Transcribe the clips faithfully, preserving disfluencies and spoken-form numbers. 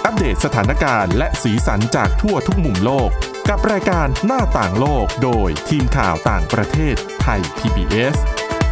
อัปเดตสถานการณ์และสีสันจากทั่วทุกมุมโลกกับรายการหน้าต่างโลกโดยทีมข่าวต่างประเทศไทย พี บี เอส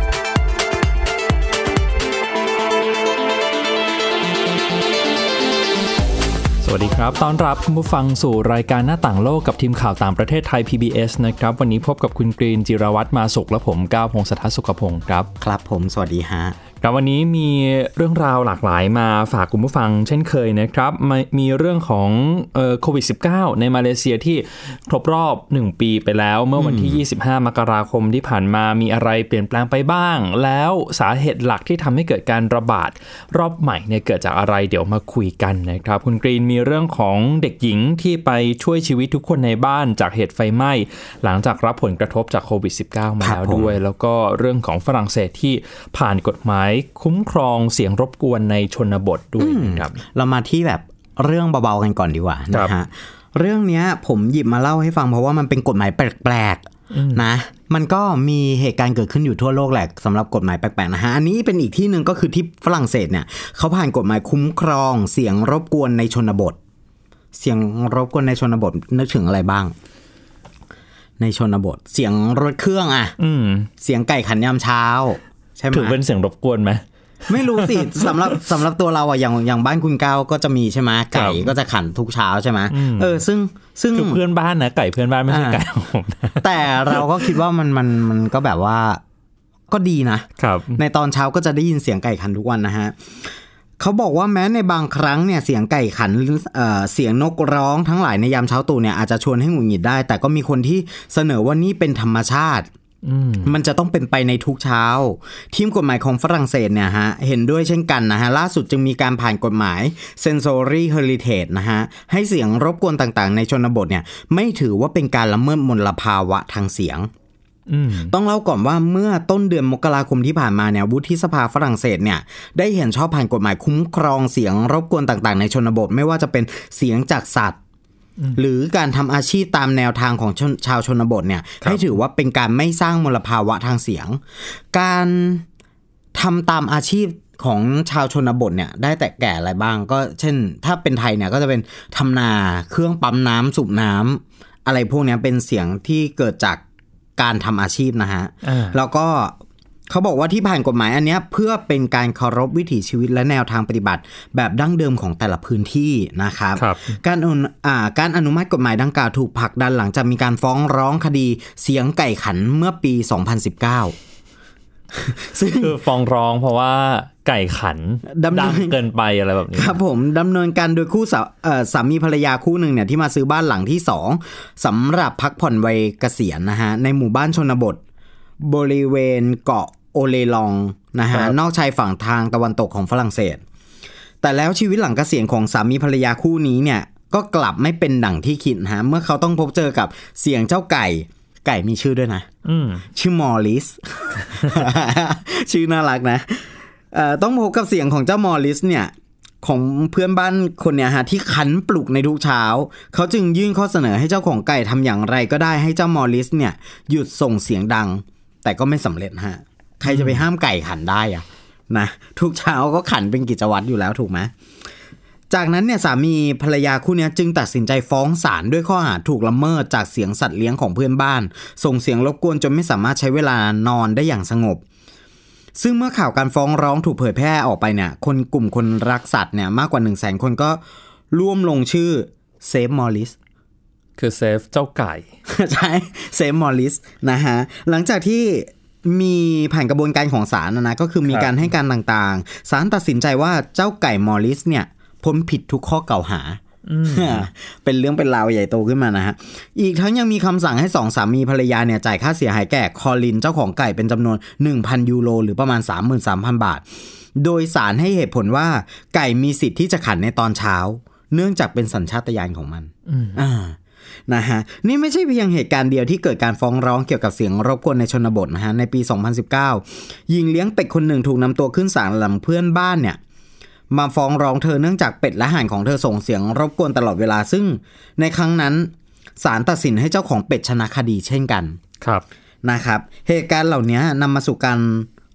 สวัสดีครับต้อนรับคุณผู้ฟังสู่รายการหน้าต่างโลกกับทีมข่าวต่างประเทศไทย พี บี เอส นะครับวันนี้พบกับคุณกรีนจิรวัตรมาสุขและผมก้าวพงศธรสุขพงศ์ครับครับผมสวัสดีฮะครับวันนี้มีเรื่องราวหลากหลายมาฝากคุณผู้ฟังเช่นเคยนะครับมีเรื่องของเอ่อโควิด สิบเก้า ในมาเลเซียที่ครบรอบหนึ่งปีไปแล้วเมื่อวันที่ยี่สิบห้ามกราคมที่ผ่านมามีอะไรเปลี่ยนแปลงไปบ้างแล้วสาเหตุหลักที่ทำให้เกิดการระบาดรอบใหม่เนี่ยเกิดจากอะไรเดี๋ยวมาคุยกันนะครับคุณกรีนมีเรื่องของเด็กหญิงที่ไปช่วยชีวิตทุกคนในบ้านจากเหตุไฟไหม้หลังจากรับผลกระทบจากโควิด สิบเก้า มาแล้วด้วยแล้วก็เรื่องของฝรั่งเศสที่ผ่านกฎหมายคุ้มครองเสียงรบกวนในชนบทด้วยครับเรามาที่แบบเรื่องเบาๆกันก่อนดีกว่านะฮะเรื่องนี้ผมหยิบมาเล่าให้ฟังเพราะว่ามันเป็นกฎหมายแปลกๆนะมันก็มีเหตุการณ์เกิดขึ้นอยู่ทั่วโลกแหละสำหรับกฎหมายแปลกๆนะฮะอันนี้เป็นอีกที่นึงก็คือที่ฝรั่งเศสเนี่ยเขาผ่านกฎหมายคุ้มครองเสียงรบกวนในชนบทเสียงรบกวนในชนบทนึกถึงอะไรบ้างในชนบทเสียงรถเครื่องอ่ะเสียงไก่ขันยามเช้าใช่ไหมถือเป็นเสียงรบกวนไหมไม่รู้สิ สำหรับสำหรับตัวเราอะอย่างอย่างบ้านคุณก้าวก็จะมีใช่ไหมไก่ก็จะขันทุกเช้าใช่ไหมเออซึ่งซึ่งคือเพื่อนบ้านนะไก่เพื่อนบ้านไม่ใช่ไก่ของผมนะแต่เราก็คิดว่ามันมันมันก็แบบว่าก็ดีนะครับในตอนเช้าก็จะได้ยินเสียงไก่ขันทุกวันนะฮะเขาบอกว่าแม้ในบางครั้งเนี่ยเสียงไก่ขันเอ่อเสียงนกร้องทั้งหลายในยามเช้าตรู่เนี่ยอาจจะชวนให้หงุดหงิดได้แต่ก็มีคนที่เสนอว่านี่เป็นธรรมชาติมันจะต้องเป็นไปในทุกเช้าทีมกฎหมายของฝรั่งเศสเนี่ยฮะเห็นด้วยเช่นกันนะฮะล่าสุดจึงมีการผ่านกฎหมาย Sensory Heritage นะฮะให้เสียงรบกวนต่างๆในชนบทเนี่ยไม่ถือว่าเป็นการละเมิดมลภาวะทางเสียงต้องเล่าก่อนว่าเมื่อต้นเดือนมกราคมที่ผ่านมาเนี่ยวุฒิสภาฝรั่งเศสเนี่ยได้เห็นชอบผ่านกฎหมายคุ้มครองเสียงรบกวนต่างๆในชนบทไม่ว่าจะเป็นเสียงจากสัตว์หรือการทำอาชีพตามแนวทางของชาวชนบทเนี่ยให้ถือว่าเป็นการไม่สร้างมลภาวะทางเสียงการทำตามอาชีพของชาวชนบทเนี่ยได้แต่แก่อะไรบ้างก็เช่นถ้าเป็นไทยเนี่ยก็จะเป็นทำนาเครื่องปั๊มน้ำสูบน้ำอะไรพวกนี้เป็นเสียงที่เกิดจากการทำอาชีพนะฮะแล้วก็เขาบอกว่าที่ผ่านกฎหมายอันนี้เพื่อเป็นการเคารพวิถีชีวิตและแนวทางปฏิบัติแบบดั้งเดิมของแต่ละพื้นที่นะครับการอ่าการอนุมัติกฎหมายดังกล่าวถูกผลักดันหลังจากมีการฟ้องร้องคดีเสียงไก่ขันเมื่อปีสองพันสิบเก้าซึ่งคือฟ้องร้องเพราะว่าไก่ขันดังเกินไปอะไรแบบนี้ครับผมดำเนินการโดยคู่สาเอ่อสามีภรรยาคู่หนึ่งเนี่ยที่มาซื้อบ้านหลังที่สองสำหรับพักผ่อนวัยเกษียณนะฮะในหมู่บ้านชนบทบริเวณเกาะโอเลลองนะฮะนอกชายฝั่งทางตะวันตกของฝรั่งเศสแต่แล้วชีวิตหลังเกษียณของสามีภรรยาคู่นี้เนี่ยก็กลับไม่เป็นดั่งที่คิดฮะเมื่อเขาต้องพบเจอกับเสียงเจ้าไก่ไก่มีชื่อด้วยนะชื่อมอริส ชื่อน่ารักนะเอ่อต้องพบกับเสียงของเจ้ามอริสเนี่ยของเพื่อนบ้านคนเนี่ยฮะที่ขันปลุกในทุกเช้าเขาจึงยื่นข้อเสนอให้เจ้าของไก่ทำอย่างไรก็ได้ให้เจ้ามอริสเนี่ยหยุดส่งเสียงดังแต่ก็ไม่สำเร็จฮะใครจะไปห้ามไก่ขันได้อะนะทุกเช้าก็ขันเป็นกิจวัตรอยู่แล้วถูกไหมจากนั้นเนี่ยสามีภรรยาคู่นี้จึงตัดสินใจฟ้องศาลด้วยข้อหาถูกละเมิดจากเสียงสัตว์เลี้ยงของเพื่อนบ้านส่งเสียงรบกวนจนไม่สามารถใช้เวลานอนได้อย่างสงบซึ่งเมื่อข่าวการฟ้องร้องถูกเผยแพร่ออกไปเนี่ยคนกลุ่มคนรักสัตว์เนี่ยมากกว่า หนึ่งแสน คนก็ร่วมลงชื่อ Save Morris คือเซฟเจ้าไก่ใช่ Save Morris นะฮะหลังจากที่มีผ่านกระบวนการของศาลนะนะก็คือมีการให้การต่างๆศาลตัดสินใจว่าเจ้าไก่มอริสเนี่ยพ้นผิดทุกข้อกล่าวหาเป็นเรื่องเป็นราวใหญ่โตขึ้นมานะฮะอีกทั้งยังมีคำสั่งให้สองสามีภรรยาเนี่ยจ่ายค่าเสียหายแก่คอลินเจ้าของไก่เป็นจำนวน หนึ่งพัน ยูโรหรือประมาณ สามหมื่นสามพัน บาทโดยศาลให้เหตุผลว่าไก่มีสิทธิ์ที่จะขันในตอนเช้าเนื่องจากเป็นสัญชาตญาณของมันอ่านะฮะนี่ไม่ใช่เพียงเหตุการณ์เดียวที่เกิดการฟ้องร้องเกี่ยวกับเสียงรบกวนในชนบทนะฮะในปีสองพันสิบเก้าหญิงเลี้ยงเป็ดคนหนึ่งถูกนำตัวขึ้นศาลหลังเพื่อนบ้านเนี่ยมาฟ้องร้องเธอเนื่องจากเป็ดและห่านของเธอส่งเสียงรบกวนตลอดเวลาซึ่งในครั้งนั้นศาลตัดสินให้เจ้าของเป็ดชนะคดีเช่นกันครับนะครับเหตุการณ์เหล่านี้นำมาสู่การ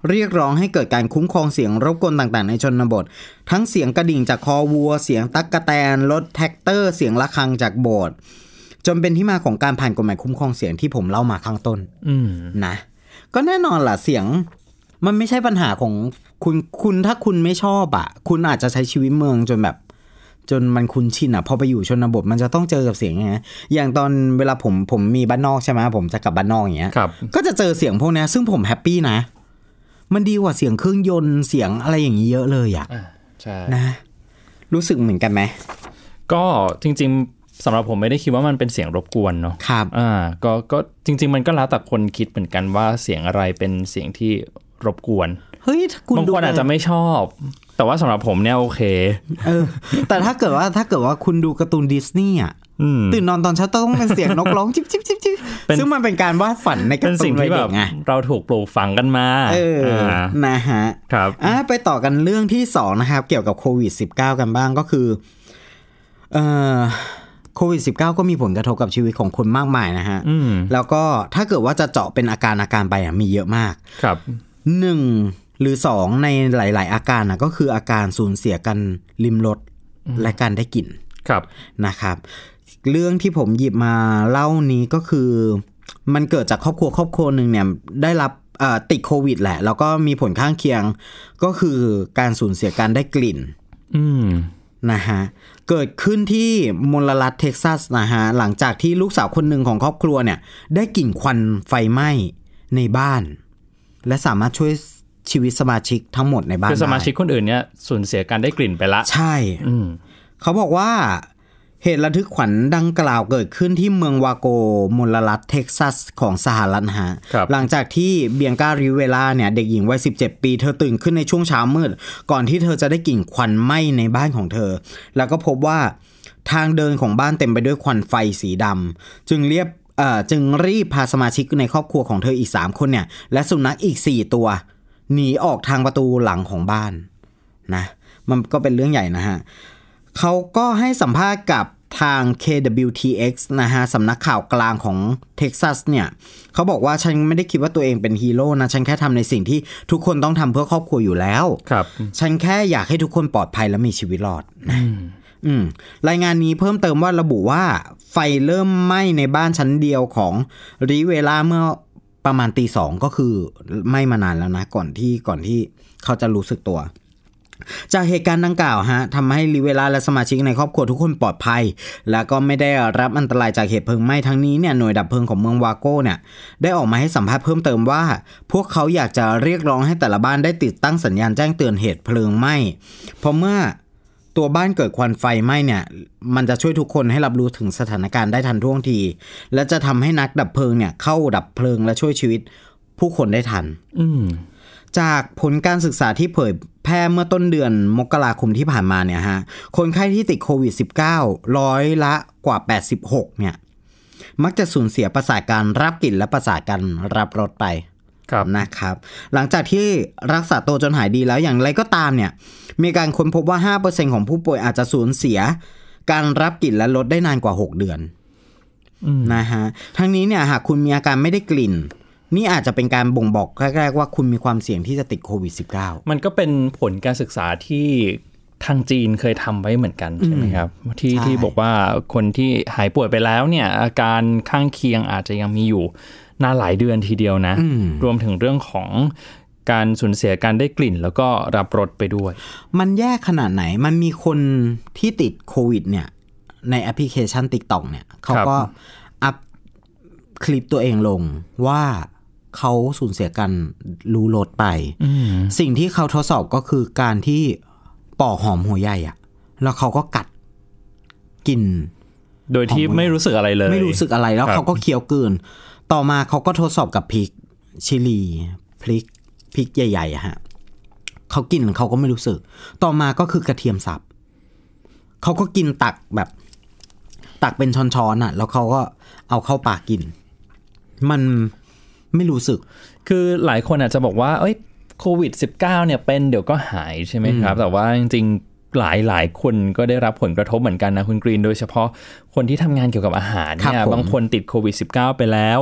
เรียกร้องให้เกิดการคุ้มครองเสียงรบกวนต่างๆในชนบททั้งเสียงกระดิ่งจากคอวัวเสียงตั๊กแตนรถแท็กเตอร์เสียงระฆังจากโบสถ์จนเป็นที่มาของการผ่านกฎหมายคุ้มครองเสียงที่ผมเล่ามาข้างต้นนะก็แน่นอนล่ะเสียงมันไม่ใช่ปัญหาของคุณคุณถ้าคุณไม่ชอบอ่ะคุณอาจจะใช้ชีวิตเมืองจนแบบจนมันคุ้นชินอ่ะพอไปอยู่ชนบทมันจะต้องเจอกับเสียงอย่างเงี้ยอย่างตอนเวลาผมผมมีบ้านนอกใช่ไหมผมจะกลับบ้านนอกอย่างเงี้ยก็จะเจอเสียงพวกนี้ซึ่งผมแฮปปี้นะมันดีกว่าเสียงเครื่องยนต์เสียงอะไรอย่างนี้เยอะเลยอ่ะใช่นะรู้สึกเหมือนกันไหมก็จริงๆสำหรับผมไม่ได้คิดว่ามันเป็นเสียงรบกวนเนาะครับอ่าก็ก็จริงๆมันก็แล้วแต่คนคิดเหมือนกันว่าเสียงอะไรเป็นเสียงที่รบกวนเฮ้ยบางคนอาจจะไม่ชอบแต่ว่าสำหรับผมเนี่ยโอเคเออแต่ถ้าเกิดว่าถ้าเกิดว่าคุณดูการ์ตูนดิสนีย์อ่ะตื่นนอนตอนเช้าต้องเป็นเสียงนกร้องจิ๊บจิ๊บจิ๊บจิ๊บซึ่งมันเป็นการวาดฝันในการ์ตูนวัยเด็กไงเราถูกปลูกฝังกันมาเออนะฮะครับอ่ะไปต่อกันเรื่องที่สองนะครับเกี่ยวกับโควิด สิบเก้า กันบ้างก็คือเอ่อโควิด สิบเก้า ก็มีผลกระทบกับชีวิตของคนมากมายนะฮะแล้วก็ถ้าเกิดว่าจะเจาะเป็นอาการอาการไปอ่ะมีเยอะมากครับหนึ่งหรือสองในหลายๆอาการนะก็คืออาการสูญเสียการลิ้มรสและการได้กลิ่นครับนะครับเรื่องที่ผมหยิบมาเล่านี้ก็คือมันเกิดจากครอบครัวครอบครัวหนึ่งเนี่ยได้รับติดโควิดแหละแล้วก็มีผลข้างเคียงก็คือการสูญเสียการได้กลิ่นนะฮะเกิดขึ้นที่มลรัฐเท็กซัสนะฮะหลังจากที่ลูกสาวคนหนึ่งของครอบครัวเนี่ยได้กลิ่นควันไฟไหม้ในบ้านและสามารถช่วยชีวิตสมาชิกทั้งหมดในบ้านคือสมาชิกคนอื่นเนี่ยสูญเสียการได้กลิ่นไปละใช่เขาบอกว่าเหตุระทึกขวัญดังกล่าวเกิดขึ้นที่เมืองวาโกมลรัฐเท็กซัสของสหรัฐฮะหลังจากที่เบียงการิเวล่าเนี่ยเด็กหญิงวัยสิบเจ็ดปีเธอตื่นขึ้นในช่วงเช้ามืดก่อนที่เธอจะได้กลิ่นควันไหม้ในบ้านของเธอแล้วก็พบว่าทางเดินของบ้านเต็มไปด้วยควันไฟสีดำจึงเรียบเอ่อจึงรีบพาสมาชิกในครอบครัวของเธออีกสามคนเนี่ยและสุนัขอีกสี่ตัวหนีออกทางประตูหลังของบ้านนะมันก็เป็นเรื่องใหญ่นะฮะเขาก็ให้สัมภาษณ์กับทาง เค ดับเบิลยู ที เอ็กซ์ นะฮะสำนักข่าวกลางของเท็กซัสเนี่ยเขาบอกว่าฉันไม่ได้คิดว่าตัวเองเป็นฮีโร่นะฉันแค่ทำในสิ่งที่ทุกคนต้องทำเพื่อครอบครัวอยู่แล้วครับฉันแค่อยากให้ทุกคนปลอดภัยและมีชีวิตรอดนะอืมรายงานนี้เพิ่มเติมว่าระบุว่าไฟเริ่มไหม้ในบ้านชั้นเดียวของริเวล่าเมื่อประมาณตีสองก็คือไหม้มานานแล้วนะก่อนที่ก่อนที่เขาจะรู้สึกตัวจากเหตุการณ์ดังกล่าวฮะทำให้ริเวล่าและสมาชิกในครอบครัวทุกคนปลอดภัยแล้วก็ไม่ได้รับอันตรายจากเหตุเพลิงไหม้ทั้งนี้เนี่ยหน่วยดับเพลิงของเมืองวาโก้เนี่ยได้ออกมาให้สัมภาษณ์เพิ่มเติมว่าพวกเขาอยากจะเรียกร้องให้แต่ละบ้านได้ติดตั้งสัญญาณแจ้งเตือนเหตุเพลิงไหม้เพราะเมื่อตัวบ้านเกิดควันไฟไหม้เนี่ยมันจะช่วยทุกคนให้รับรู้ถึงสถานการณ์ได้ทันท่วงทีและจะทำให้นักดับเพลิงเนี่ยเข้าดับเพลิงและช่วยชีวิตผู้คนได้ทันจากผลการศึกษาที่เผยแพร่เมื่อต้นเดือนมกราคมที่ผ่านมาเนี่ยฮะคนไข้ที่ติดโควิด สิบเก้า ร้อยละกว่าแปดสิบหกเนี่ยมักจะสูญเสียประสาทการรับกลิ่นและประสาทการรับรสไปนะครับหลังจากที่รักษาตัวจนหายดีแล้วอย่างไรก็ตามเนี่ยมีการค้นพบว่า ห้าเปอร์เซ็นต์ ของผู้ป่วยอาจจะสูญเสียการรับกลิ่นและรสได้นานกว่าหกเดือนนะฮะทั้งนี้เนี่ยหากคุณมีอาการไม่ได้กลิ่นนี่อาจจะเป็นการบ่งบอกแรกๆว่าคุณมีความเสี่ยงที่จะติดโควิด สิบเก้ามันก็เป็นผลการศึกษาที่ทางจีนเคยทำไว้เหมือนกันใช่ไหมครับที่ที่บอกว่าคนที่หายป่วยไปแล้วเนี่ยอาการข้างเคียงอาจจะยังมีอยู่นานหลายเดือนทีเดียวนะรวมถึงเรื่องของการสูญเสียการได้กลิ่นแล้วก็รับรสไปด้วยมันแย่ขนาดไหนมันมีคนที่ติดโควิดเนี่ยในแอปพลิเคชัน TikTok เนี่ยเขาก็อัพคลิปตัวเองลงว่าเขาสูญเสียการรู้รสไปสิ่งที่เขาทดสอบก็คือการที่ปอกหอมหัวใหญ่อะแล้วเขาก็กัดกินโดยที่ไม่รู้สึกอะไรเลยไม่รู้สึกอะไรแล้วเขาก็เคี้ยวกลืนต่อมาเขาก็ทดสอบกับพริกชิลีพริกพริกใหญ่ๆอะฮะเขากินเขาก็ไม่รู้สึกต่อมาก็คือกระเทียมสับเขาก็กินตักแบบตักเป็นช้อนๆอะแล้วเขาก็เอาเข้าปากกินมันไม่รู้สึกคือหลายคนอาจจะบอกว่าเอ้ยโควิด สิบเก้า เนี่ยเป็นเดี๋ยวก็หายใช่ไหมครับแต่ว่าจริงๆหลายหลายคนก็ได้รับผลกระทบเหมือนกันนะคุณกรีนโดยเฉพาะคนที่ทำงานเกี่ยวกับอาหารเนี่ยบางคนติดโควิด สิบเก้า ไปแล้ว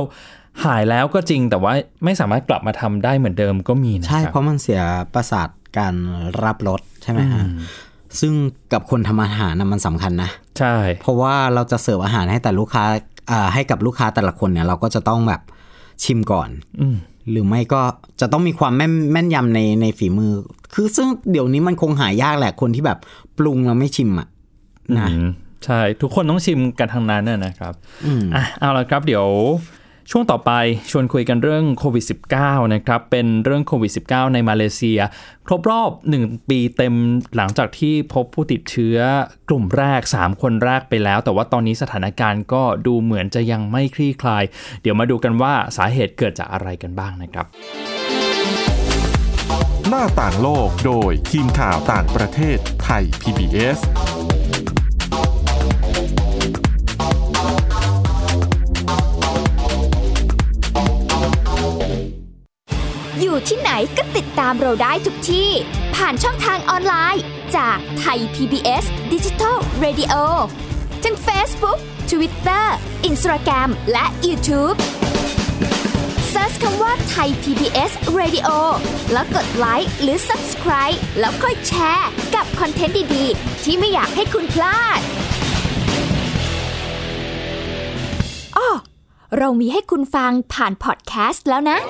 หายแล้วก็จริงแต่ว่าไม่สามารถกลับมาทำได้เหมือนเดิมก็มีนะใช่เพราะมันเสียประสาทการรับรสใช่ไหมฮะซึ่งกับคนทำอาหารนะมันสำคัญนะใช่เพราะว่าเราจะเสิร์ฟอาหารให้แต่ลูกค้าให้กับลูกค้าแต่ละคนเนี่ยเราก็จะต้องแบบชิมก่อนหรือไม่ก็จะต้องมีความแม่นแม่นยำในในฝีมือคือซึ่งเดี๋ยวนี้มันคงหายากแหละคนที่แบบปรุงแล้วไม่ชิมอ่ะนะใช่ทุกคนต้องชิมกันทั้งนั้นนะครับอ่ะเอาละครับเดี๋ยวช่วงต่อไปชวนคุยกันเรื่องโควิด สิบเก้า นะครับเป็นเรื่องโควิด สิบเก้า ในมาเลเซียครบรอบหนึ่งปีเต็มหลังจากที่พบผู้ติดเชื้อกลุ่มแรกสามคนแรกไปแล้วแต่ว่าตอนนี้สถานการณ์ก็ดูเหมือนจะยังไม่คลี่คลายเดี๋ยวมาดูกันว่าสาเหตุเกิดจากอะไรกันบ้างนะครับหน้าต่างโลกโดยทีมข่าวต่างประเทศไทย พี บี เอสอยู่ที่ไหนก็ติดตามเราได้ทุกที่ผ่านช่องทางออนไลน์จากไทย พี บี เอส Digital Radio ทั้ง Facebook, Twitter, Instagram และ YouTubeเซิร์ชคำว่าไทย พี บี เอส Radio แล้วกดไลค์หรือ Subscribe แล้วค่อยแชร์กับคอนเทนต์ดีๆที่ไม่อยากให้คุณพลาดอ้อเรามีให้คุณฟังผ่านพอดแคสต์แล้วนะ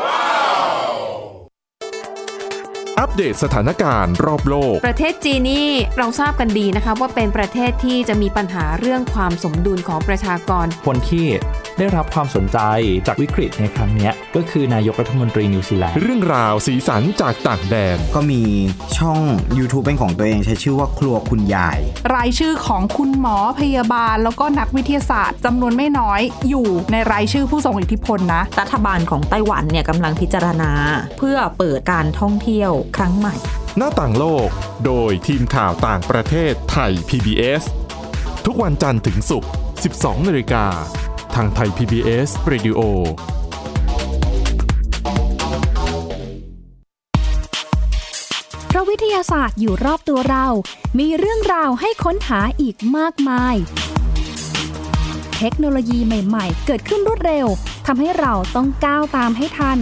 อัปเดตสถานการณ์รอบโลกประเทศจีนนี่เราทราบกันดีนะคะว่าเป็นประเทศที่จะมีปัญหาเรื่องความสมดุลของประชากรคนที่ได้รับความสนใจจากวิกฤตในครั้งนี้ก็คือนายกรัฐมนตรีนิวซีแลนด์เรื่องราวสีสันจากต่างแดนก็มีช่อง YouTube เป็นของตัวเองใช้ชื่อว่าครัวคุณยายรายชื่อของคุณหมอพยาบาลแล้วก็นักวิทยาศาสตร์จำนวนไม่น้อยอยู่ในรายชื่อผู้ทรงอิทธิพลนะรัฐบาลของไต้หวันเนี่ยกำลังพิจารณาเพื่อเปิดการท่องเที่ยวครั้งใหม่หน้าต่างโลกโดยทีมข่าวต่างประเทศไทย พี บี เอส ทุกวันจันทร์ถึงศุกร์ สิบสองนาฬิกาทางไทย พี บี เอส Radio เพราะวิทยาศาสตร์อยู่รอบตัวเรามีเรื่องราวให้ค้นหาอีกมากมายเทคโนโลยีใหม่ๆเกิดขึ้นรวดเร็วทำให้เราต้องก้าวตามให้ทัน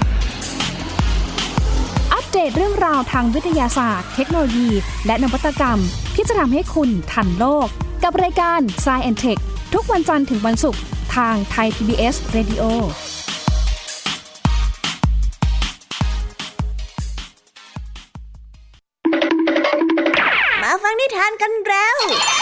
อัปเดตเรื่องราวทางวิทยาศาสตร์เทคโนโลยีและนวัตกรรมที่จะทำให้คุณทันโลกกับรายการ Science แอนด์ Tech ทุกวันจันทร์ถึงวันศุกร์ทางไทย พี บี เอส Radio มาฟังนิทานกันแล้ว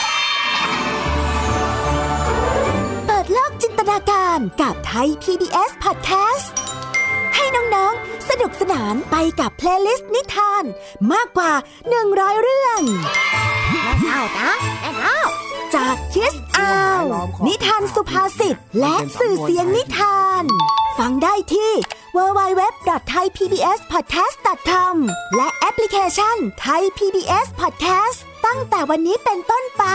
เปิดโลกจินตนาการกับไทย พี บี เอส Podcast ให้น้องๆสนุกสนานไปกับเพลย์ลิสต์นิทานมากกว่าหนึ่งร้อยเรื่องเอานะเอาจาก Kids Hour นิทานสุภาษิตและสื่อเสียงนิทานฟังได้ที่ ดับเบิลยู ดับเบิลยู ดับเบิลยู ดอท ไทย พี บี เอส พอดแคสต์ ดอท คอม และแอปพลิเคชัน Thai พี บี เอส Podcast ตั้งแต่วันนี้เป็นต้นไป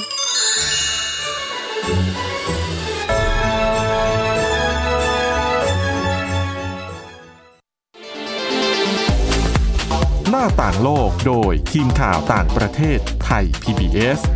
หน้าต่างโลกโดยทีมข่าวต่างประเทศไทย พี บี เอส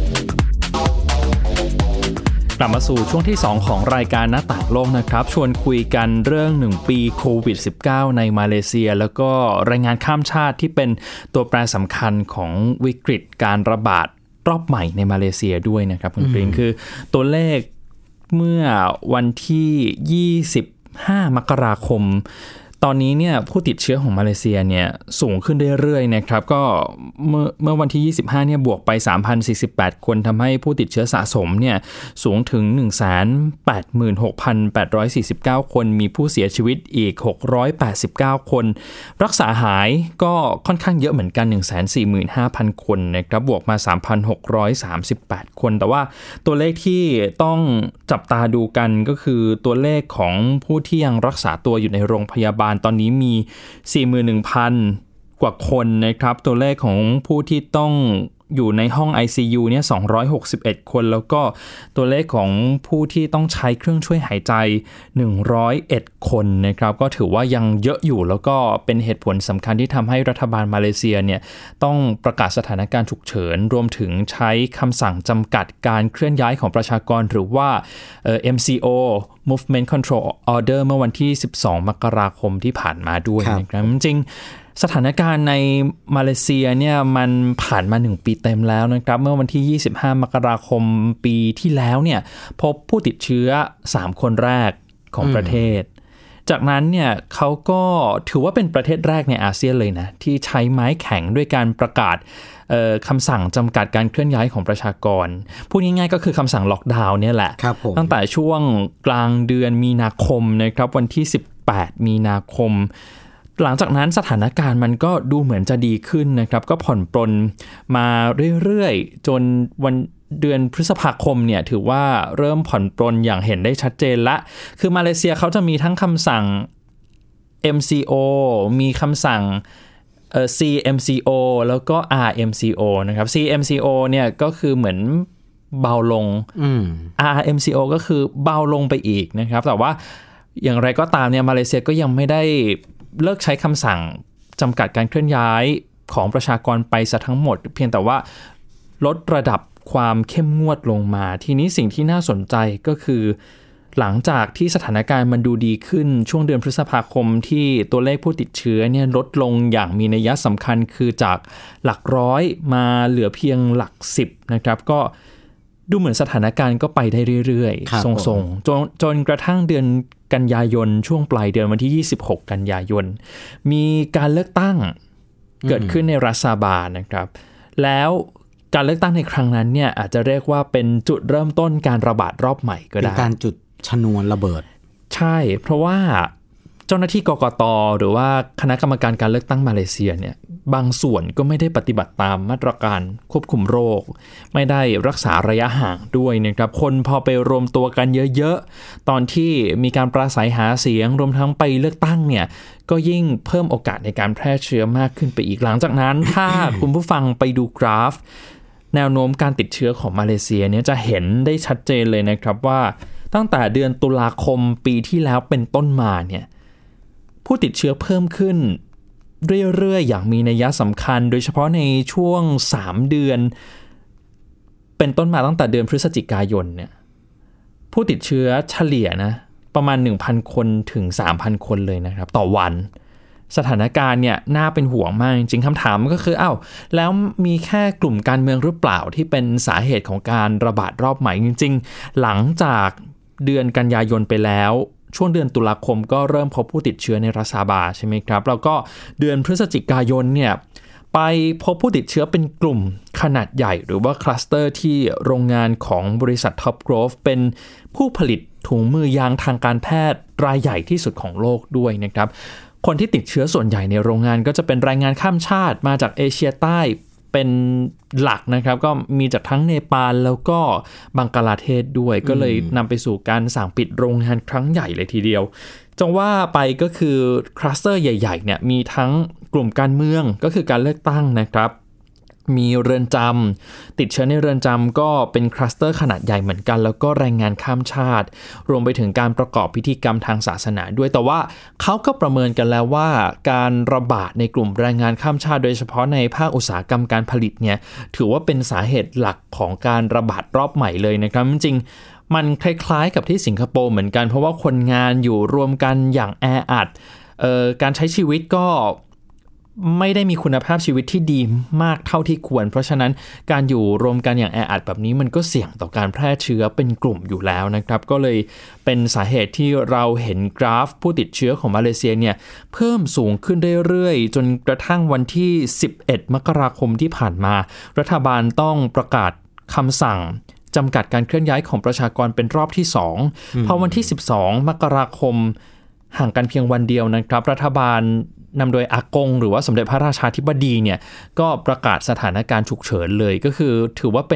กลับมาสู่ช่วงที่สองของรายการหน้าต่างโลกนะครับชวนคุยกันเรื่องหนึ่งปีโควิด สิบเก้า ในมาเลเซียแล้วก็แรงงานข้ามชาติที่เป็นตัวแปรสำคัญของวิกฤตการระบาดรอบใหม่ในมาเลเซียด้วยนะครับคุณปริงคือตัวเลขเมื่อวันที่ยี่สิบห้ามกราคมตอนนี้เนี่ยผู้ติดเชื้อของมาเลเซียเนี่ยสูงขึ้นเรื่อยๆนะครับก็เมื่อเมื่อวันที่ยี่สิบห้าเนี่ยบวกไป สามพันสี่สิบแปด คนทำให้ผู้ติดเชื้อสะสมเนี่ยสูงถึง หนึ่งแสนแปดหมื่นหกพันแปดร้อยสี่สิบเก้า คนมีผู้เสียชีวิตอีกหกร้อยแปดสิบเก้าคนรักษาหายก็ค่อนข้างเยอะเหมือนกัน หนึ่งแสนสี่หมื่นห้าพัน คนนะครับบวกมา สามพันหกร้อยสามสิบแปด คนแต่ว่าตัวเลขที่ต้องจับตาดูกันก็คือตัวเลขของผู้ที่ยังรักษาตัวอยู่ในโรงพยาบาลตอนนี้มี สี่หมื่นหนึ่งพัน กว่าคนนะครับตัวเลขของผู้ที่ต้องอยู่ในห้อง ไอ ซี ยู เนี่ยสองร้อยหกสิบเอ็ดคนแล้วก็ตัวเลขของผู้ที่ต้องใช้เครื่องช่วยหายใจหนึ่งร้อยเอ็ดคนนะครับก็ถือว่ายังเยอะอยู่แล้วก็เป็นเหตุผลสำคัญที่ทำให้รัฐบาลมาเลเซียเนี่ยต้องประกาศสถานการณ์ฉุกเฉินรวมถึงใช้คำสั่งจำกัดการเคลื่อนย้ายของประชากรหรือว่าเอ่อ เอ็ม ซี โอ Movement Control Order เมื่อวันที่สิบสองมกราคมที่ผ่านมาด้วยนะครับจริงสถานการณ์ในมาเลเซียเนี่ยมันผ่านมาหนึ่งปีเต็มแล้วนะครับเมื่อวันที่ยี่สิบห้ามกราคมปีที่แล้วเนี่ยพบผู้ติดเชื้อสามคนแรกของประเทศจากนั้นเนี่ยเขาก็ถือว่าเป็นประเทศแรกในอาเซียนเลยนะที่ใช้ไม้แข็งด้วยการประกาศคำสั่งจำกัดการเคลื่อนย้ายของประชากรพูดง่ายๆก็คือคำสั่งล็อกดาวน์เนี่ยแหละตั้งแต่ช่วงกลางเดือนมีนาคมนะครับวันที่สิบแปดมีนาคมหลังจากนั้นสถานการณ์มันก็ดูเหมือนจะดีขึ้นนะครับก็ผ่อนปรนมาเรื่อยๆจนวันเดือนพฤษภาคมเนี่ยถือว่าเริ่มผ่อนปรนอย่างเห็นได้ชัดเจนละคือมาเลเซียเขาจะมีทั้งคำสั่ง เอ็ม ซี โอ มีคำสั่งเอ่อ ซี เอ็ม ซี โอ แล้วก็ อาร์ เอ็ม ซี โอ นะครับ ซี เอ็ม ซี โอ เนี่ยก็คือเหมือนเบาลง อาร์ เอ็ม ซี โอ ก็คือเบาลงไปอีกนะครับแต่ว่าอย่างไรก็ตามเนี่ยมาเลเซียก็ยังไม่ได้เลิกใช้คำสั่งจำกัดการเคลื่อนย้ายของประชากรไปซะทั้งหมดเพียงแต่ว่าลดระดับความเข้มงวดลงมาทีนี้สิ่งที่น่าสนใจก็คือหลังจากที่สถานการณ์มันดูดีขึ้นช่วงเดือนพฤษภาคมที่ตัวเลขผู้ติดเชื้อเนี่ยลดลงอย่างมีนัยสำคัญคือจากหลักร้อยมาเหลือเพียงหลักสิบนะครับก็ดูเหมือนสถานการณ์ก็ไปได้เรื่อยๆทรงๆจนจนกระทั่งเดือนกันยายนช่วงปลายเดือนวันที่ยี่สิบหกกันยายนมีการเลือกตั้งเกิดขึ้นในรัฐซาบานะครับแล้วการเลือกตั้งในครั้งนั้นเนี่ยอาจจะเรียกว่าเป็นจุดเริ่มต้นการระบาดรอบใหม่ก็ได้เป็นการจุดชนวนระเบิดใช่เพราะว่าเจ้าหน้าที่กกต.หรือว่าคณะกรรมการการเลือกตั้งมาเลเซียเนี่ยบางส่วนก็ไม่ได้ปฏิบัติตามมาตรการควบคุมโรคไม่ได้รักษาระยะห่างด้วยนะครับคนพอไปรวมตัวกันเยอะๆตอนที่มีการปราศัยหาเสียงรวมทั้งไปเลือกตั้งเนี่ยก็ยิ่งเพิ่มโอกาสในการแพร่เชื้อมากขึ้นไปอีกหลังจากนั้น ถ้า คุณผู้ฟังไปดูกราฟแนวโน้มการติดเชื้อของมาเลเซียเนี่ยจะเห็นได้ชัดเจนเลยนะครับว่าตั้งแต่เดือนตุลาคมปีที่แล้วเป็นต้นมาเนี่ยผู้ติดเชื้อเพิ่มขึ้นเรื่อยๆอย่างมีนัยสำคัญโดยเฉพาะในช่วงสามเดือนเป็นต้นมาตั้งแต่เดือนพฤศจิกายนเนี่ยผู้ติดเชื้อเฉลี่ยนะประมาณ หนึ่งพัน คนถึง สามพัน คนเลยนะครับต่อวันสถานการณ์เนี่ยน่าเป็นห่วงมากจริงๆคำถามก็คืออ้าวแล้วมีแค่กลุ่มการเมืองหรือเปล่าที่เป็นสาเหตุของการระบาดรอบใหม่จริงๆหลังจากเดือนกันยายนไปแล้วช่วงเดือนตุลาคมก็เริ่มพบผู้ติดเชื้อในรัฐซาบาใช่ไหมครับแล้วก็เดือนพฤศจิกายนเนี่ยไปพบผู้ติดเชื้อเป็นกลุ่มขนาดใหญ่หรือว่าคลัสเตอร์ที่โรงงานของบริษัท Top Growth เป็นผู้ผลิตถุงมือยางทางการแพทย์รายใหญ่ที่สุดของโลกด้วยนะครับคนที่ติดเชื้อส่วนใหญ่ในโรงงานก็จะเป็นแรงงานข้ามชาติมาจากเอเชียใต้เป็นหลักนะครับก็มีจากทั้งเนปาลแล้วก็บังกลาเทศด้วยก็เลยนำไปสู่การสั่งปิดโรงงานครั้งใหญ่เลยทีเดียวจังว่าไปก็คือคลัสเตอร์ใหญ่ๆเนี่ยมีทั้งกลุ่มการเมืองก็คือการเลือกตั้งนะครับมีเรือนจำติดเชื้อในเรือนจำก็เป็นคลัสเตอร์ขนาดใหญ่เหมือนกันแล้วก็แรงงานข้ามชาติรวมไปถึงการประกอบพิธีกรรมทางศาสนาด้วยแต่ว่าเขาก็ประเมินกันแล้วว่าการระบาดในกลุ่มแรงงานข้ามชาติโดยเฉพาะในภาคอุตสาหกรรมการผลิตเนี่ยถือว่าเป็นสาเหตุหลักของการระบาดรอบใหม่เลยนะครับจริงๆมันคล้ายๆกับที่สิงคโปร์เหมือนกันเพราะว่าคนงานอยู่รวมกันอย่างแออัดเอ่อการใช้ชีวิตก็ไม่ได้มีคุณภาพชีวิตที่ดีมากเท่าที่ควรเพราะฉะนั้นการอยู่รวมกันอย่างแออัดแบบนี้มันก็เสี่ยงต่อการแพร่เชื้อเป็นกลุ่มอยู่แล้วนะครับก็เลยเป็นสาเหตุที่เราเห็นกราฟผู้ติดเชื้อของมาเลเซียเนี่ยเพิ่มสูงขึ้นเรื่อยๆจนกระทั่งวันที่สิบเอ็ดมกราคมที่ผ่านมารัฐบาลต้องประกาศคำสั่งจำกัดการเคลื่อนย้ายของประชากรเป็นรอบที่สองพอวันที่สิบสองมกราคมห่างกันเพียงวันเดียวนะครับรัฐบาลนำโดยอากงหรือว่าสมเด็จพระราชาธิบดีเนี่ยก็ประกาศสถานการณ์ฉุกเฉินเลยก็คือถือว่าเป็น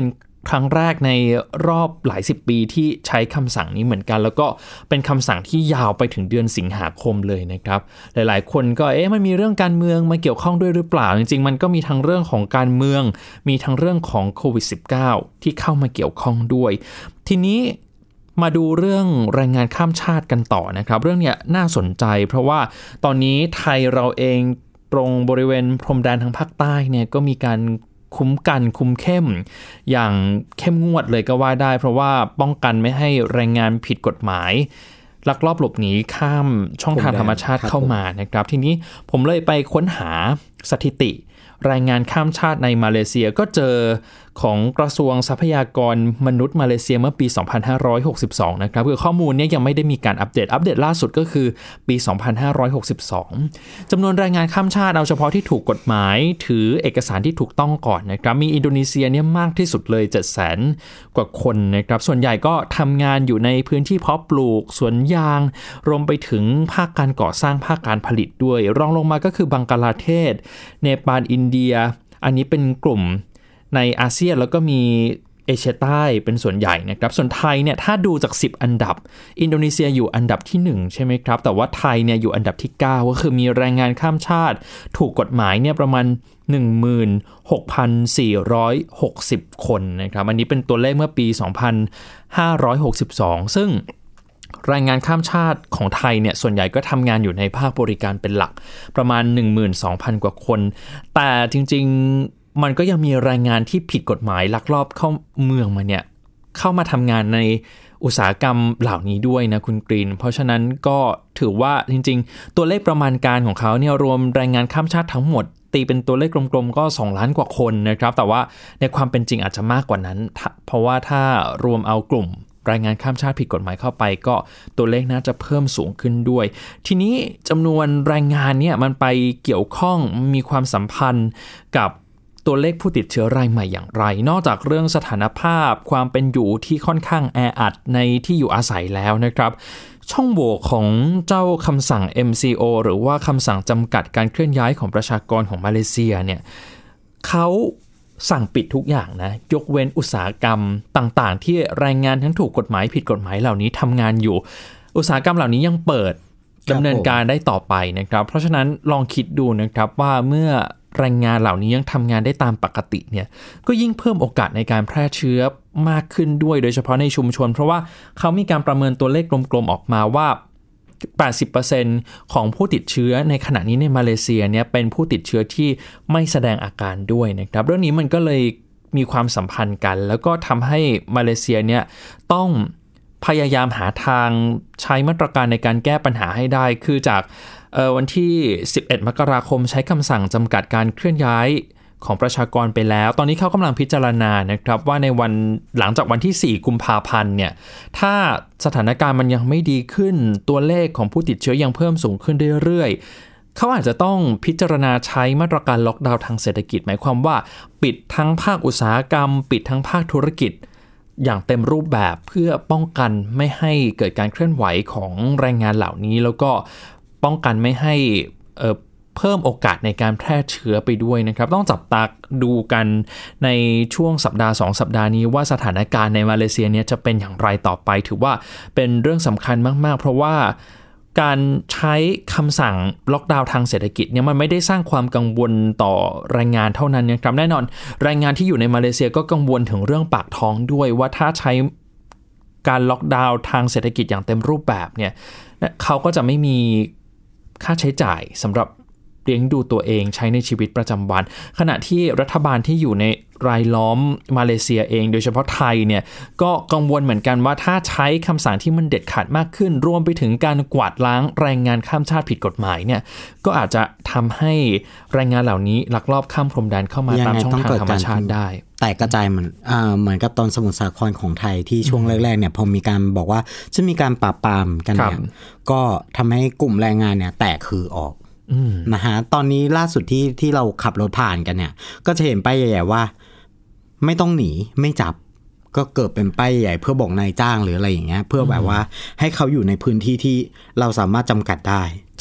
ครั้งแรกในรอบหลายสิบปีที่ใช้คำสั่งนี้เหมือนกันแล้วก็เป็นคำสั่งที่ยาวไปถึงเดือนสิงหาคมเลยนะครับหลายๆคนก็เอ๊ะมันมีเรื่องการเมืองมาเกี่ยวข้องด้วยหรือเปล่าจริงๆมันก็มีทั้งเรื่องของการเมืองมีทั้งเรื่องของโควิด สิบเก้า ที่เข้ามาเกี่ยวข้องด้วยทีนี้มาดูเรื่องแรงงานข้ามชาติกันต่อนะครับเรื่องเนี้ยน่าสนใจเพราะว่าตอนนี้ไทยเราเองตรงบริเวณพรมแดนทางภาคใต้เนี่ยก็มีการคุ้มกันคุมเข้มอย่างเข้มงวดเลยก็ว่าได้เพราะว่าป้องกันไม่ให้แรงงานผิดกฎหมายลักลอบหลบหนีข้ามช่องทางธรรมชาติเข้ามานะครับทีนี้ผมเลยไปค้นหาสถิติแรงงานข้ามชาติในมาเลเซียก็เจอของกระทรวงทรัพยากรมนุษย์มาเลเซียเมื่อปีสองพันห้าร้อยหกสิบสองนะครับคือข้อมูลนี้ยังไม่ได้มีการอัปเดตอัปเดตล่าสุดก็คือปีสองพันห้าร้อยหกสิบสองจำนวนแรงงานข้ามชาติเอาเฉพาะที่ถูกกฎหมายถือเอกสารที่ถูกต้องก่อนนะครับมีอินโดนีเซียเนี่ยมากที่สุดเลย เจ็ดแสน กว่าคนนะครับส่วนใหญ่ก็ทำงานอยู่ในพื้นที่เพาะปลูกสวนยางรวมไปถึงภาคการก่อสร้างภาคการผลิตด้วยรองลงมาก็คือบังกลาเทศเนปาลอินเดียอันนี้เป็นกลุ่มในอาเซียนแล้วก็มีเอเชียใต้เป็นส่วนใหญ่นะครับส่วนไทยเนี่ยถ้าดูจากสิบอันดับอินโดนีเซียอยู่อันดับที่หนึ่งใช่ไหมครับแต่ว่าไทยเนี่ยอยู่อันดับที่เก้าก็คือมีแรงงานข้ามชาติถูกกฎหมายเนี่ยประมาณ หนึ่งหมื่นหกพันสี่ร้อยหกสิบ คนนะครับอันนี้เป็นตัวเลขเมื่อปีสองพันห้าร้อยหกสิบสองซึ่งแรงงานข้ามชาติของไทยเนี่ยส่วนใหญ่ก็ทำงานอยู่ในภาคบริการเป็นหลักประมาณ หนึ่งหมื่นสองพัน กว่าคนแต่จริงๆมันก็ยังมีแรงงานที่ผิดกฎหมายลักลอบเข้าเมืองมาเนี่ยเข้ามาทำงานในอุตสาหกรรมเหล่านี้ด้วยนะคุณกรีนเพราะฉะนั้นก็ถือว่าจริงๆตัวเลขประมาณการของเขาเนี่ยรวมแรงงานข้ามชาติทั้งหมดตีเป็นตัวเลขกลมๆก็สองล้านกว่าคนนะครับแต่ว่าในความเป็นจริงอาจจะมากกว่านั้นเพราะว่าถ้ารวมเอากลุ่มแรงงานข้ามชาติผิดกฎหมายเข้าไปก็ตัวเลขน่าจะเพิ่มสูงขึ้นด้วยทีนี้จำนวนแรงงานเนี่ยมันไปเกี่ยวข้องมีความสัมพันธ์กับตัวเลขผู้ติดเชื้อรายใหม่อย่างไรนอกจากเรื่องสถานภาพความเป็นอยู่ที่ค่อนข้างแออัดในที่อยู่อาศัยแล้วนะครับช่องโหว่ของเจ้าคำสั่ง เอ็ม ซี โอ หรือว่าคำสั่งจำกัดการเคลื่อนย้ายของประชากรของมาเลเซียเนี่ยเขาสั่งปิดทุกอย่างนะยกเว้นอุตสาหกรรมต่างๆที่แรงงานทั้งถูกกฎหมายผิดกฎหมายเหล่านี้ทำงานอยู่อุตสาหกรรมเหล่านี้ยังเปิดดำเนินการได้ต่อไปนะครับเพราะฉะนั้นลองคิดดูนะครับว่าเมื่อแรงงานเหล่านี้ยังทำงานได้ตามปกติเนี่ยก็ยิ่งเพิ่มโอกาสในการแพร่เชื้อมากขึ้นด้วยโดยเฉพาะในชุมชนเพราะว่าเขามีการประเมินตัวเลขกลมๆออกมาว่า แปดสิบเปอร์เซ็นต์ ของผู้ติดเชื้อในขณะนี้ในมาเลเซียเนี่ยเป็นผู้ติดเชื้อที่ไม่แสดงอาการด้วยนะครับเรื่องนี้มันก็เลยมีความสัมพันธ์กันแล้วก็ทำให้มาเลเซียเนี่ยต้องพยายามหาทางใช้มาตรการในการแก้ปัญหาให้ได้คือจากวันที่สิบเอ็ดมกราคมใช้คำสั่งจำกัดการเคลื่อนย้ายของประชากรไปแล้วตอนนี้เขากำลังพิจารณานะครับว่าในวันหลังจากวันที่สี่กุมภาพันธ์เนี่ยถ้าสถานการณ์มันยังไม่ดีขึ้นตัวเลขของผู้ติดเชื้อยังเพิ่มสูงขึ้นเรื่อยๆเขาอาจจะต้องพิจารณาใช้มาตรการล็อกดาวน์ทางเศรษฐกิจหมายความว่าปิดทั้งภาคอุตสาหกรรมปิดทั้งภาคธุรกิจอย่างเต็มรูปแบบเพื่อป้องกันไม่ให้เกิดการเคลื่อนไหวของแรงงานเหล่านี้แล้วก็ป้องกันไม่ให้เอ่อเพิ่มโอกาสในการแพร่เชื้อไปด้วยนะครับต้องจับตาดูกันในช่วงสัปดาห์สองสัปดาห์นี้ว่าสถานการณ์ในมาเลเซียเนี่ยจะเป็นอย่างไรต่อไปถือว่าเป็นเรื่องสำคัญมากๆเพราะว่าการใช้คำสั่งล็อกดาวน์ทางเศรษฐกิจเนี่ยมันไม่ได้สร้างความกังวลต่อแรงงานเท่านั้นนะครับแน่นอนแรงงานที่อยู่ในมาเลเซียก็กังวลถึงเรื่องปากท้องด้วยว่าถ้าใช้การล็อกดาวน์ทางเศรษฐกิจอย่างเต็มรูปแบบเนี่ยเขาก็จะไม่มีค่าใช้จ่ายสำหรับเลี้ยงดูตัวเองใช้ในชีวิตประจำวันขณะที่รัฐบาลที่อยู่ในรายล้อมมาเลเซียเองโดยเฉพาะไทยเนี่ยก็กังวลเหมือนกันว่าถ้าใช้คำสั่งที่มันเด็ดขาดมากขึ้นรวมไปถึงการกวาดล้างแรงงานข้ามชาติผิดกฎหมายเนี่ยก็อาจจะทำให้แรงงานเหล่านี้ลักลอบข้ามพรมแดนเข้ามาตามช่องทางธรรมชาติได้แต่กระจายเหมือนอ่าเหมือนกับตอนสมุทรสาครของไทยที่ช่วงแรกๆเนี่ยพอมีการบอกว่าจะมีการปราบปรามกันเนี่ยก็ทำให้กลุ่มแรงงานเนี่ยแตกคือออกนะฮะตอนนี้ล่าสุดที่ที่เราขับรถผ่านกันเนี่ยก็จะเห็นป้ายใหญ่ๆว่าไม่ต้องหนีไม่จับก็เกิดเป็นป้ายใหญ่เพื่อบอกนายจ้างหรืออะไรอย่างเงี้ยเพื่อแบบว่าให้เขาอยู่ในพื้นที่ที่เราสามารถจำกัดได้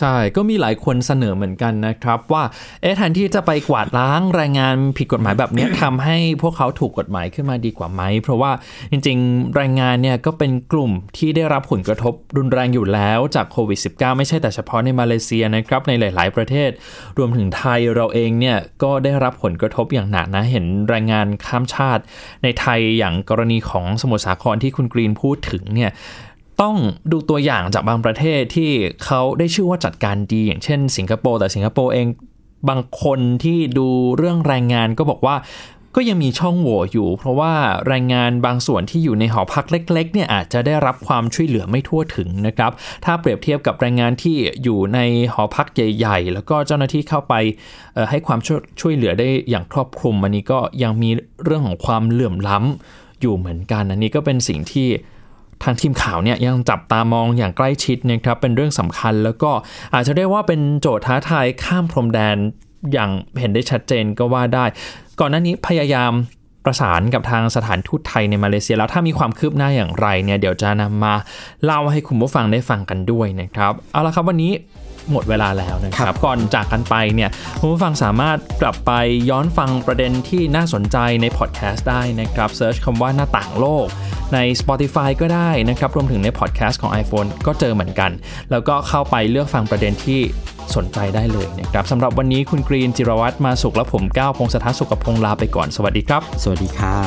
ใช่ก็มีหลายคนเสนอเหมือนกันนะครับว่าเอ๊ะแทนที่จะไปกวาดล้างแรงงานผิดกฎหมายแบบนี้ ทำให้พวกเขาถูกกฎหมายขึ้นมาดีกว่าไหมเพราะว่าจริงๆแรงงานเนี่ยก็เป็นกลุ่มที่ได้รับผลกระทบรุนแรงอยู่แล้วจากโควิด สิบเก้า ไม่ใช่แต่เฉพาะในมาเลเซียนะครับในหลายๆประเทศรวมถึงไทยเราเองเนี่ยก็ได้รับผลกระทบอย่างหนักนะเห็นแรงงานข้ามชาติในไทยอย่างกรณีของสมุทรสาครที่คุณกรีนพูดถึงเนี่ยต้องดูตัวอย่างจากบางประเทศที่เขาได้ชื่อว่าจัดการดีอย่างเช่นสิงคโปร์แต่สิงคโปร์เองบางคนที่ดูเรื่องแรงงานก็บอกว่าก็ยังมีช่องโหว่อยู่เพราะว่าแรงงานบางส่วนที่อยู่ในหอพักเล็กๆเนี่ยอาจจะได้รับความช่วยเหลือไม่ทั่วถึงนะครับถ้าเปรียบเทียบกับแรงงานที่อยู่ในหอพักใหญ่ๆแล้วก็เจ้าหน้าที่เข้าไปให้ความช่วยเหลือได้อย่างครอบคลุมอันนี้ก็ยังมีเรื่องของความเหลื่อมล้ำอยู่เหมือนกันอันนี้ก็เป็นสิ่งที่ทางทีมข่าวเนี่ยยังจับตามองอย่างใกล้ชิดนะครับเป็นเรื่องสำคัญแล้วก็อาจจะเรียกว่าเป็นโจทย์ท้าทายข้ามพรมแดนอย่างเห็นได้ชัดเจนก็ว่าได้ก่อนหน้านี้พยายามประสานกับทางสถานทูตไทยในมาเลเซียแล้วถ้ามีความคืบหน้าอย่างไรเนี่ยเดี๋ยวจะนำมาเล่าให้คุณผู้ฟังได้ฟังกันด้วยนะครับเอาละครับวันนี้หมดเวลาแล้วนะครับก่อนจากกันไปเนี่ยคุณผู้ฟังสามารถกลับไปย้อนฟังประเด็นที่น่าสนใจในพอดแคสต์ได้นะครับเซิร์ชคำว่าหน้าต่างโลกใน Spotify ก็ได้นะครับรวมถึงในพอดแคสต์ของ iPhone ก็เจอเหมือนกันแล้วก็เข้าไปเลือกฟังประเด็นที่สนใจได้เลยนะครับสำหรับวันนี้คุณกรีนจิรวัตรมาสุขและผมก้าวพงศธรสุขพงษ์ลาไปก่อนสวัสดีครับสวัสดีครับ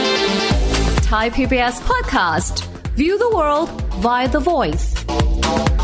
Thai พี บี เอส Podcast View the world via the voice